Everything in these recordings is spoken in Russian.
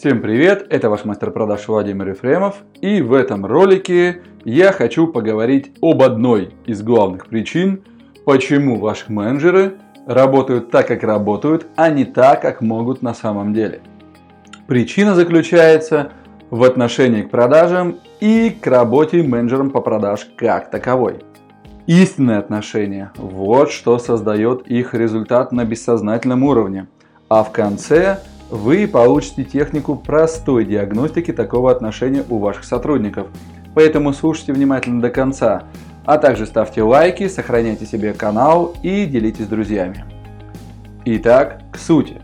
Всем привет, это ваш мастер продаж Владимир Ефремов, и в этом ролике я хочу поговорить об одной из главных причин, почему ваши менеджеры работают так, как работают, а не так, как могут на самом деле. Причина заключается в отношении к продажам и к работе менеджером по продаж как таковой. Истинное отношение – вот что создает их результат на бессознательном уровне, а в конце – вы получите технику простой диагностики такого отношения у ваших сотрудников. Поэтому слушайте внимательно до конца, а также ставьте лайки, сохраняйте себе канал и делитесь с друзьями. Итак, к сути.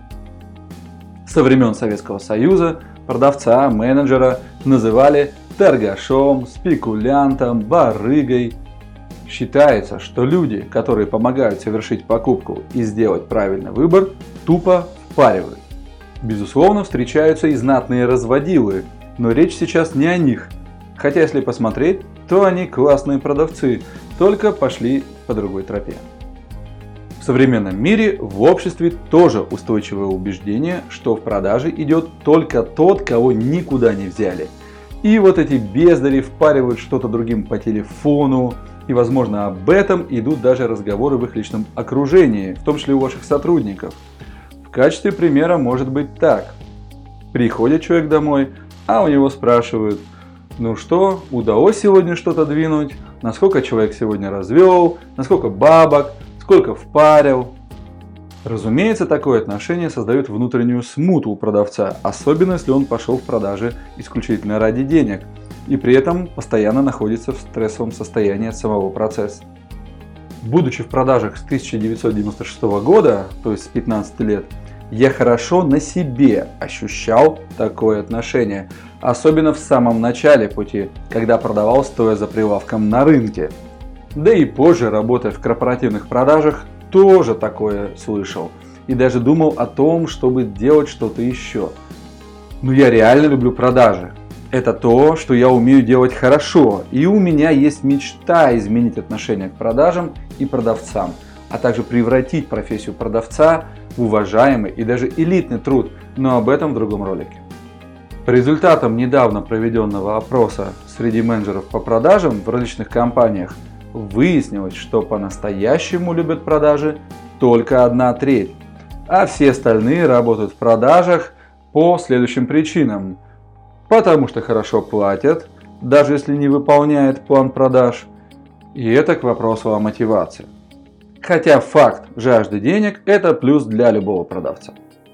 Со времен Советского Союза продавца, менеджера называли торгашом, спекулянтом, барыгой. Считается, что люди, которые помогают совершить покупку и сделать правильный выбор, тупо впаривают. Безусловно, встречаются и знатные разводилы, но речь сейчас не о них. Хотя, если посмотреть, то они классные продавцы, только пошли по другой тропе. В современном мире в обществе тоже устойчивое убеждение, что в продаже идет только тот, кого никуда не взяли. И вот эти бездари впаривают что-то другим по телефону, и, возможно, об этом идут даже разговоры в их личном окружении, в том числе у ваших сотрудников. В качестве примера может быть так. Приходит человек домой, а у него спрашивают: ну что, удалось сегодня что-то двинуть? Насколько человек сегодня развел? Насколько бабок? Сколько впарил? Разумеется, такое отношение создает внутреннюю смуту у продавца, особенно если он пошел в продажи исключительно ради денег и при этом постоянно находится в стрессовом состоянии от самого процесса. Будучи в продажах с 1996 года, то есть с 15 лет, я хорошо на себе ощущал такое отношение, особенно в самом начале пути, когда продавал стоя за прилавком на рынке. Да и позже, работая в корпоративных продажах, тоже такое слышал и даже думал о том, чтобы делать что-то еще. Но я реально люблю продажи. Это то, что я умею делать хорошо, и у меня есть мечта изменить отношение к продажам и продавцам, а также превратить профессию продавца в уважаемый и даже элитный труд, но об этом в другом ролике. По результатам недавно проведенного опроса среди менеджеров по продажам в различных компаниях выяснилось, что по-настоящему любят продажи только 1/3, а все остальные работают в продажах по следующим причинам. Потому что хорошо платят, даже если не выполняет план продаж. И это к вопросу о мотивации. Хотя факт жажды денег – это плюс для любого продавца.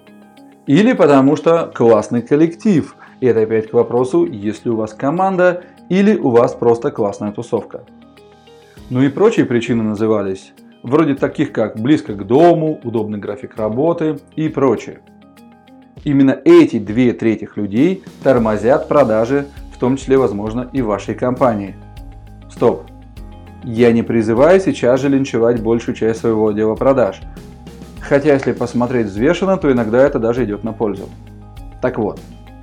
Или потому что классный коллектив. И это опять к вопросу, есть ли у вас команда или у вас просто классная тусовка. Ну и прочие причины назывались, вроде таких как близко к дому, удобный график работы и прочее. Именно эти 2/3 людей тормозят продажи, в том числе, возможно, и в вашей компании. Стоп! Я не призываю сейчас же линчевать большую часть своего отдела продаж. Хотя, если посмотреть взвешенно, то иногда это даже идет на пользу. Так вот,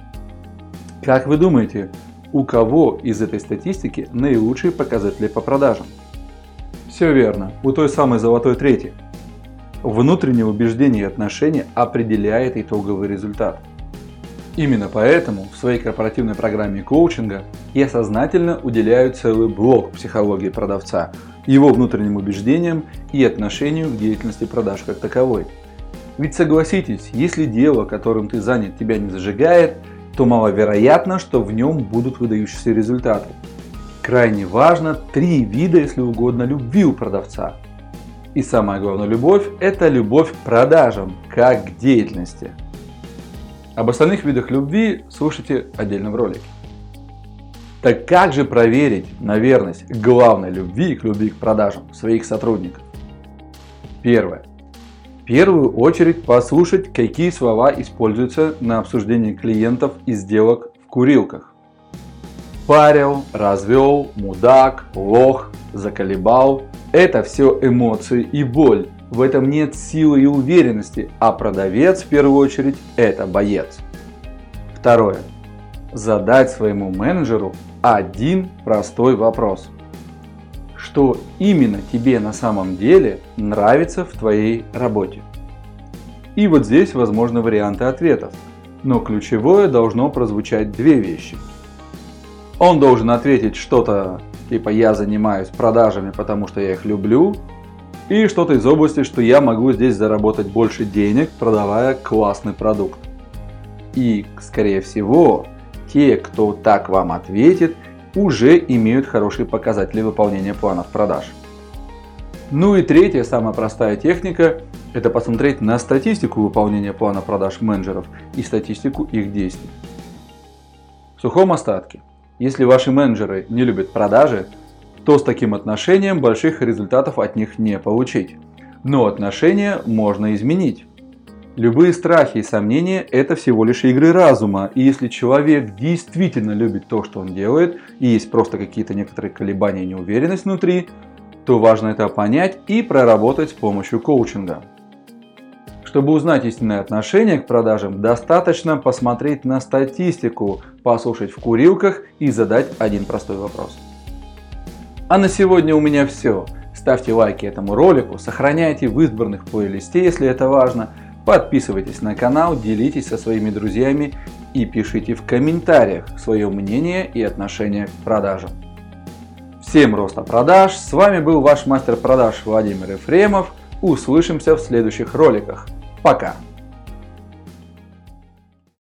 как вы думаете, у кого из этой статистики наилучшие показатели по продажам? Все верно, у той самой золотой трети. Внутреннее убеждение и отношение определяет итоговый результат. Именно поэтому в своей корпоративной программе коучинга я сознательно уделяю целый блок психологии продавца, его внутренним убеждениям и отношению к деятельности продаж как таковой. Ведь согласитесь, если дело, которым ты занят, тебя не зажигает, то маловероятно, что в нем будут выдающиеся результаты. Крайне важно 3 вида, если угодно, любви у продавца. И самая главная любовь – это любовь к продажам, как к деятельности. Об остальных видах любви слушайте отдельно в ролике. Так как же проверить на верность главной любви к продажам своих сотрудников? Первое. В первую очередь послушать, какие слова используются на обсуждении клиентов и сделок в курилках. Парил, развел, мудак, лох, заколебал. Это все эмоции и боль. В этом нет силы и уверенности, а продавец в первую очередь это боец. Второе. Задать своему менеджеру один простой вопрос. Что именно тебе на самом деле нравится в твоей работе? И вот здесь возможны варианты ответов. но ключевое должно прозвучать две вещи. Он должен ответить что-то типа «я занимаюсь продажами, потому что я их люблю», и что-то из области, что я могу здесь заработать больше денег, продавая классный продукт. И, скорее всего, те, кто так вам ответит, уже имеют хорошие показатели выполнения планов продаж. Ну и третья, самая простая техника – это посмотреть на статистику выполнения плана продаж менеджеров и статистику их действий. В сухом остатке, если ваши менеджеры не любят продажи, то с таким отношением больших результатов от них не получить. Но отношения можно изменить. Любые страхи и сомнения – это всего лишь игры разума, и если человек действительно любит то, что он делает, и есть просто какие-то некоторые колебания и неуверенность внутри, то важно это понять и проработать с помощью коучинга. Чтобы узнать истинное отношение к продажам, достаточно посмотреть на статистику, послушать в курилках и задать один простой вопрос. А на сегодня у меня все. Ставьте лайки этому ролику, сохраняйте в избранных плейлисте, если это важно, подписывайтесь на канал, делитесь со своими друзьями и пишите в комментариях свое мнение и отношение к продажам. Всем роста продаж, с вами был ваш мастер продаж Владимир Ефремов, услышимся в следующих роликах. Пока!